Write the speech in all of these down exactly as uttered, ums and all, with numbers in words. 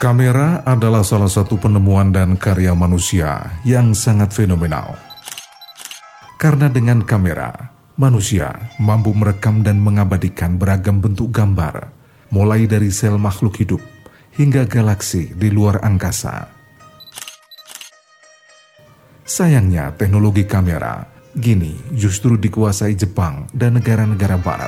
Kamera adalah salah satu penemuan dan karya manusia yang sangat fenomenal. Karena dengan kamera, manusia mampu merekam dan mengabadikan beragam bentuk gambar, mulai dari sel makhluk hidup hingga galaksi di luar angkasa. Sayangnya teknologi kamera kini justru dikuasai Jepang dan negara-negara barat.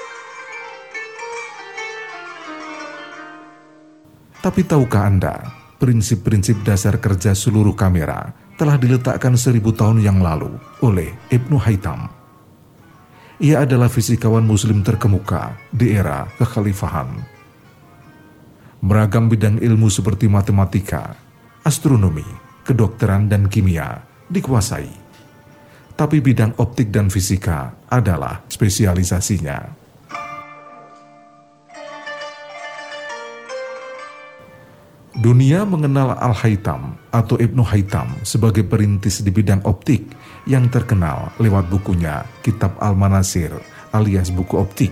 Tapi tahukah Anda, prinsip-prinsip dasar kerja seluruh kamera telah diletakkan seribu tahun yang lalu oleh Ibnu Haytham. Ia adalah fisikawan muslim terkemuka di era kekhalifahan. Beragam bidang ilmu seperti matematika, astronomi, kedokteran dan kimia dikuasai. Tapi bidang optik dan fisika adalah spesialisasinya. Dunia mengenal Al-Haytham atau Ibnu Haytham sebagai perintis di bidang optik yang terkenal lewat bukunya Kitab Al-Manazir alias buku optik.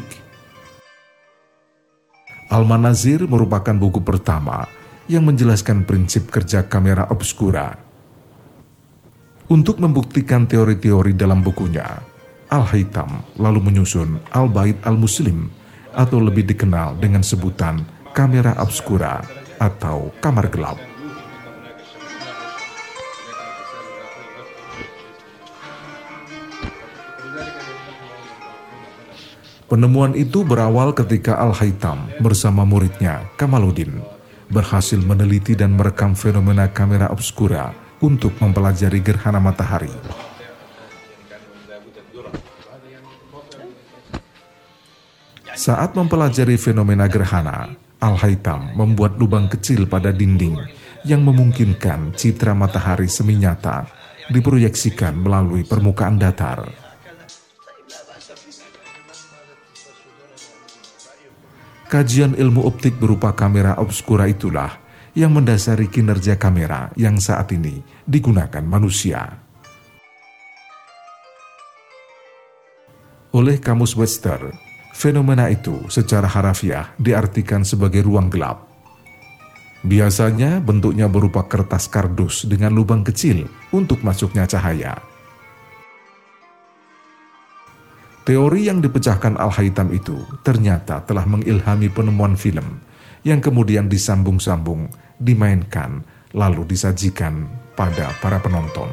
Al-Manazir merupakan buku pertama yang menjelaskan prinsip kerja kamera obskura. Untuk membuktikan teori-teori dalam bukunya, Al-Haytham lalu menyusun Al-Bait Al-Muslim atau lebih dikenal dengan sebutan kamera obskura atau kamar gelap. Penemuan itu berawal ketika Al-Haytham bersama muridnya Kamaluddin berhasil meneliti dan merekam fenomena kamera obskura untuk mempelajari gerhana matahari. Saat mempelajari fenomena gerhana, Al-Haytham membuat lubang kecil pada dinding yang memungkinkan citra matahari semi nyata diproyeksikan melalui permukaan datar. Kajian ilmu optik berupa kamera obskura itulah yang mendasari kinerja kamera yang saat ini digunakan manusia. Oleh Kamus Webster, fenomena itu secara harafiah diartikan sebagai ruang gelap. Biasanya bentuknya berupa kertas kardus dengan lubang kecil untuk masuknya cahaya. Teori yang dipecahkan Al-Haytham itu ternyata telah mengilhami penemuan film yang kemudian disambung-sambung, dimainkan, lalu disajikan pada para penonton.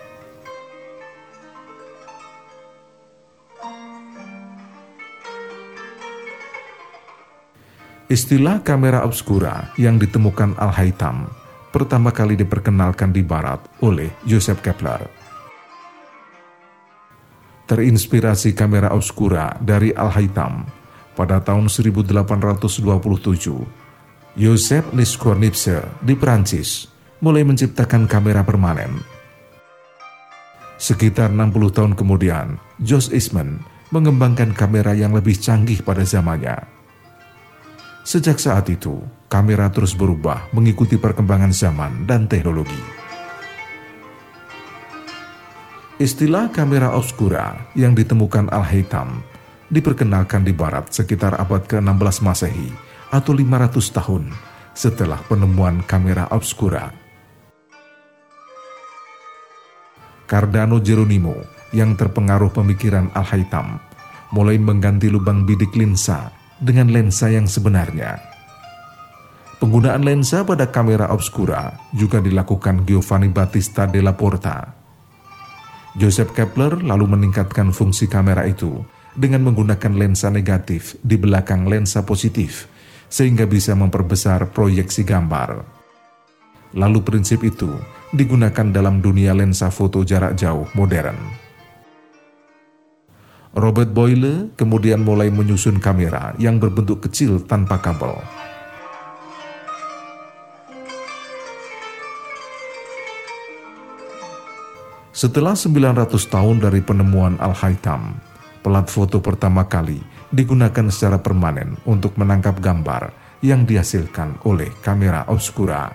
Istilah kamera obskura yang ditemukan Al-Haytham pertama kali diperkenalkan di barat oleh Joseph Kepler. Terinspirasi kamera obskura dari Al-Haytham, pada tahun seribu delapan ratus dua puluh tujuh, Joseph Niskournitze di Prancis mulai menciptakan kamera permanen. Sekitar enam puluh tahun kemudian, Jos Eastman mengembangkan kamera yang lebih canggih pada zamannya. Sejak saat itu, kamera terus berubah mengikuti perkembangan zaman dan teknologi. Istilah kamera obskura yang ditemukan Al-Haytham diperkenalkan di barat sekitar abad ke enam belas Masehi atau lima ratus tahun setelah penemuan kamera obskura. Cardano Geronimo yang terpengaruh pemikiran Al-Haytham mulai mengganti lubang bidik lensa dengan lensa yang sebenarnya. Penggunaan lensa pada kamera obskura juga dilakukan Giovanni Battista della Porta. Joseph Kepler lalu meningkatkan fungsi kamera itu dengan menggunakan lensa negatif di belakang lensa positif, sehingga bisa memperbesar proyeksi gambar. Lalu prinsip itu digunakan dalam dunia lensa foto jarak jauh modern. Robert Boyle kemudian mulai menyusun kamera yang berbentuk kecil tanpa kabel. Setelah sembilan ratus tahun dari penemuan Al-Haytham, pelat foto pertama kali digunakan secara permanen untuk menangkap gambar yang dihasilkan oleh kamera obskura.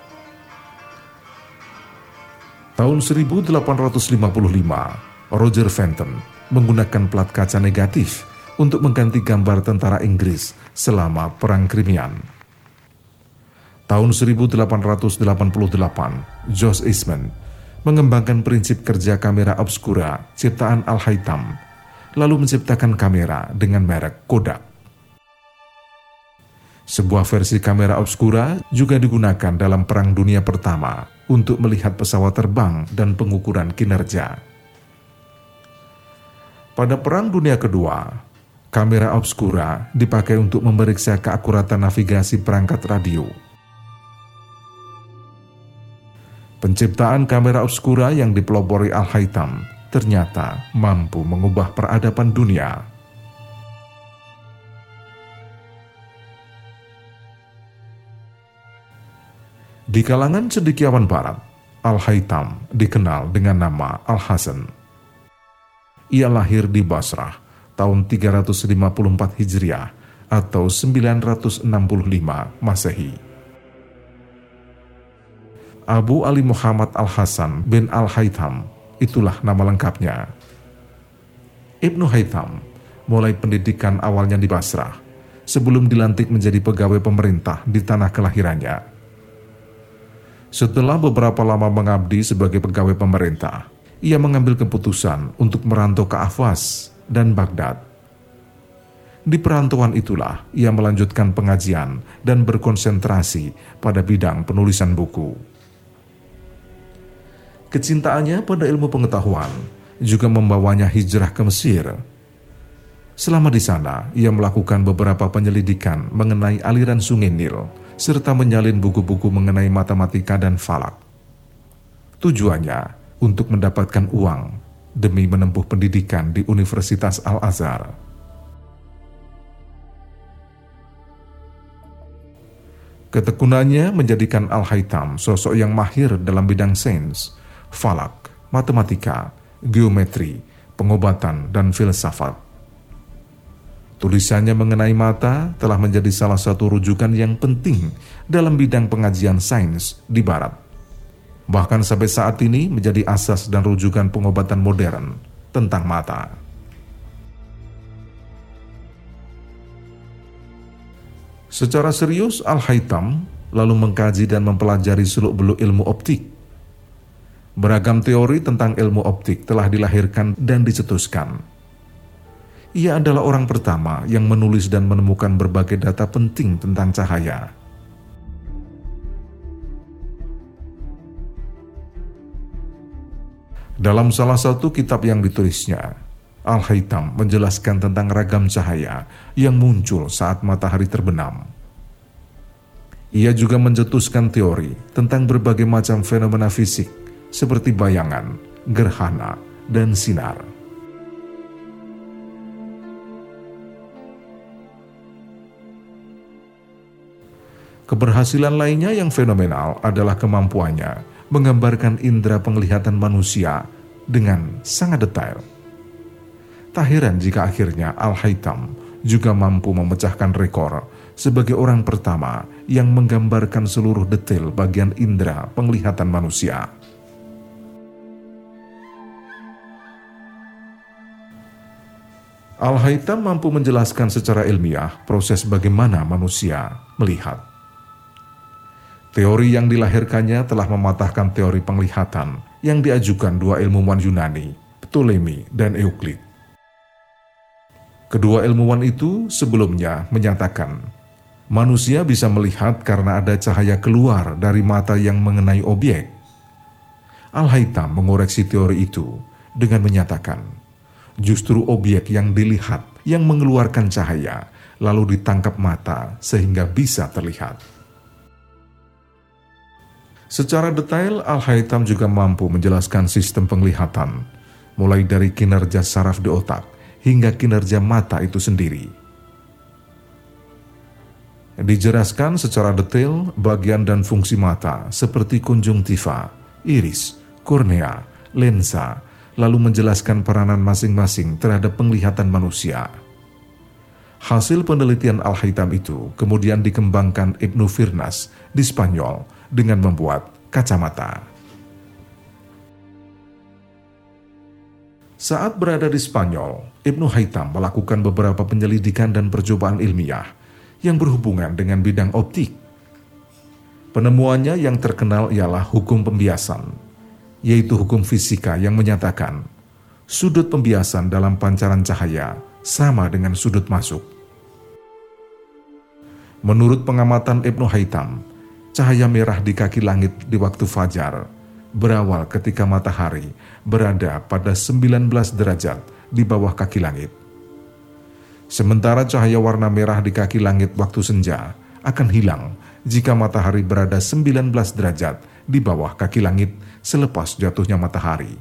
Tahun seribu delapan ratus lima puluh lima, Roger Fenton menggunakan plat kaca negatif untuk mengganti gambar tentara Inggris selama Perang Krimian. Tahun seribu delapan ratus delapan puluh delapan, Josh Eastman mengembangkan prinsip kerja kamera obskura ciptaan Al-Haytham, lalu menciptakan kamera dengan merek Kodak. Sebuah versi kamera obskura juga digunakan dalam Perang Dunia Pertama untuk melihat pesawat terbang dan pengukuran kinerja. Pada Perang Dunia Kedua, kamera obskura dipakai untuk memeriksa keakuratan navigasi perangkat radio. Penciptaan kamera obskura yang dipelopori Al-Haytham ternyata mampu mengubah peradaban dunia. Di kalangan cendekiawan barat, Al-Haytham dikenal dengan nama Al-Hasan. Ia lahir di Basrah tahun tiga ratus lima puluh empat Hijriah atau sembilan ratus enam puluh lima Masehi. Abu Ali Muhammad Al-Hasan bin Al-Haytham, itulah nama lengkapnya. Ibnu Haytham mulai pendidikan awalnya di Basrah sebelum dilantik menjadi pegawai pemerintah di tanah kelahirannya. Setelah beberapa lama mengabdi sebagai pegawai pemerintah, ia mengambil keputusan untuk merantau ke Ahvaz dan Baghdad. Di perantauan itulah ia melanjutkan pengajian dan berkonsentrasi pada bidang penulisan buku. Kecintaannya pada ilmu pengetahuan juga membawanya hijrah ke Mesir. Selama di sana, ia melakukan beberapa penyelidikan mengenai aliran Sungai Nil, serta menyalin buku-buku mengenai matematika dan falak. Tujuannya untuk mendapatkan uang demi menempuh pendidikan di Universitas Al-Azhar. Ketekunannya menjadikan Al-Haytham sosok yang mahir dalam bidang sains, falak, matematika, geometri, pengobatan, dan filsafat. Tulisannya mengenai mata telah menjadi salah satu rujukan yang penting dalam bidang pengajian sains di Barat. Bahkan sampai saat ini menjadi asas dan rujukan pengobatan modern tentang mata. Secara serius, Al-Haytham lalu mengkaji dan mempelajari seluk-beluk ilmu optik. Beragam teori tentang ilmu optik telah dilahirkan dan dicetuskan. Ia adalah orang pertama yang menulis dan menemukan berbagai data penting tentang cahaya. Dalam salah satu kitab yang ditulisnya, Al-Haytham menjelaskan tentang ragam cahaya yang muncul saat matahari terbenam. Ia juga mencetuskan teori tentang berbagai macam fenomena fisik seperti bayangan, gerhana, dan sinar. Keberhasilan lainnya yang fenomenal adalah kemampuannya menggambarkan indera penglihatan manusia dengan sangat detail. Tak heran jika akhirnya Al-Haytham juga mampu memecahkan rekor sebagai orang pertama yang menggambarkan seluruh detail bagian indera penglihatan manusia. Al-Haytham mampu menjelaskan secara ilmiah proses bagaimana manusia melihat. Teori yang dilahirkannya telah mematahkan teori penglihatan yang diajukan dua ilmuwan Yunani, Ptolemy dan Euclid. Kedua ilmuwan itu sebelumnya menyatakan, manusia bisa melihat karena ada cahaya keluar dari mata yang mengenai objek. Al-Haytham mengoreksi teori itu dengan menyatakan, justru objek yang dilihat yang mengeluarkan cahaya lalu ditangkap mata sehingga bisa terlihat. Secara detail, Al-Haytham juga mampu menjelaskan sistem penglihatan, mulai dari kinerja saraf di otak hingga kinerja mata itu sendiri. Dijelaskan secara detail bagian dan fungsi mata seperti konjungtiva, iris, kornea, lensa, lalu menjelaskan peranan masing-masing terhadap penglihatan manusia. Hasil penelitian Al-Haytham itu kemudian dikembangkan Ibnu Firnas di Spanyol dengan membuat kacamata. Saat berada di Spanyol, Ibnu Haytham melakukan beberapa penyelidikan dan percobaan ilmiah yang berhubungan dengan bidang optik. Penemuannya yang terkenal ialah hukum pembiasan, yaitu hukum fisika yang menyatakan sudut pembiasan dalam pancaran cahaya sama dengan sudut masuk. Menurut pengamatan Ibnu Haytham, cahaya merah di kaki langit di waktu fajar berawal ketika matahari berada pada sembilan belas derajat di bawah kaki langit. Sementara cahaya warna merah di kaki langit waktu senja akan hilang jika matahari berada sembilan belas derajat di bawah kaki langit selepas jatuhnya matahari.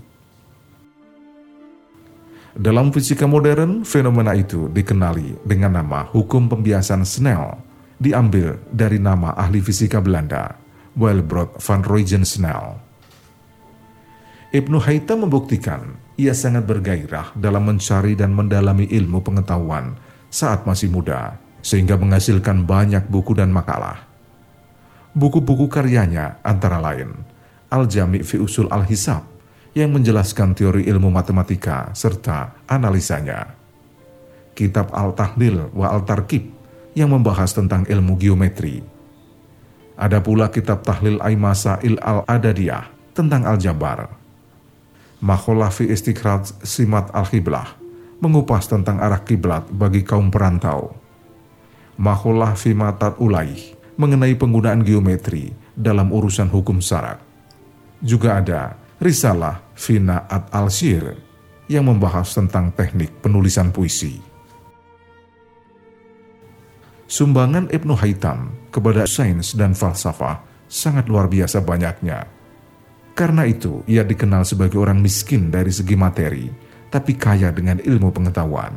Dalam fisika modern, fenomena itu dikenali dengan nama hukum pembiasan Snell, diambil dari nama ahli fisika Belanda, Wilbrod van Rooijen-Snell. Ibnu Haytham membuktikan ia sangat bergairah dalam mencari dan mendalami ilmu pengetahuan saat masih muda, sehingga menghasilkan banyak buku dan makalah. Buku-buku karyanya antara lain Al-Jami' fi Usul Al-Hisab yang menjelaskan teori ilmu matematika serta analisanya, Kitab Al-Tahlil wa Al-Tarkib yang membahas tentang ilmu geometri. Ada pula kitab Tahlil Ai-Masail Al-Adadiyah tentang aljabar. Makholah fi Istikhraj Simat Al-Qiblah mengupas tentang arah kiblat bagi kaum perantau. Makholah fi Matat Ulaih mengenai penggunaan geometri dalam urusan hukum syarak. Juga ada Risalah fi Na'at Al-Syir yang membahas tentang teknik penulisan puisi. Sumbangan Ibnu Haytham kepada sains dan falsafah sangat luar biasa banyaknya. Karena itu, ia dikenal sebagai orang miskin dari segi materi, tapi kaya dengan ilmu pengetahuan.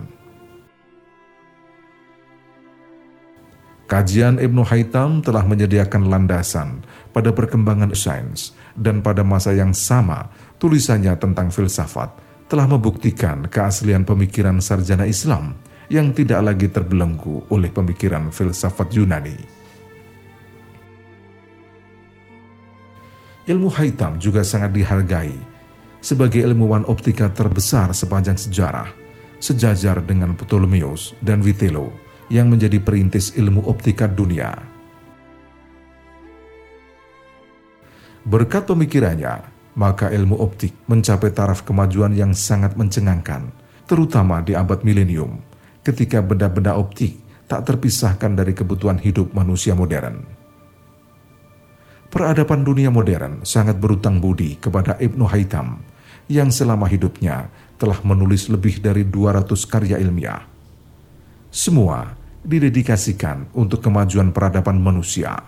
Kajian Ibnu Haytham telah menyediakan landasan pada perkembangan sains, dan pada masa yang sama, tulisannya tentang filsafat telah membuktikan keaslian pemikiran sarjana Islam yang tidak lagi terbelenggu oleh pemikiran filsafat Yunani. Ilmu Haytham juga sangat dihargai sebagai ilmuwan optika terbesar sepanjang sejarah, sejajar dengan Ptolemeus dan Vitello yang menjadi perintis ilmu optika dunia. Berkat pemikirannya, maka ilmu optik mencapai taraf kemajuan yang sangat mencengangkan, terutama di abad milenium, ketika benda-benda optik tak terpisahkan dari kebutuhan hidup manusia modern. Peradaban dunia modern sangat berutang budi kepada Ibnu Haytham, yang selama hidupnya telah menulis lebih dari dua ratus karya ilmiah. Semua didedikasikan untuk kemajuan peradaban manusia.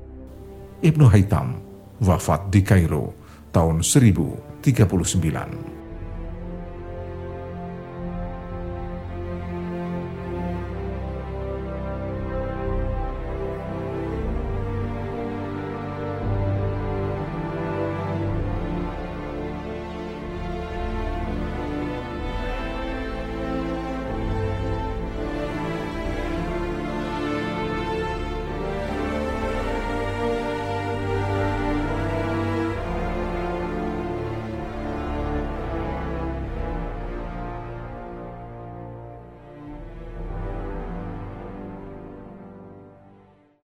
Ibnu Haytham wafat di Kairo tahun seribu tiga puluh sembilan.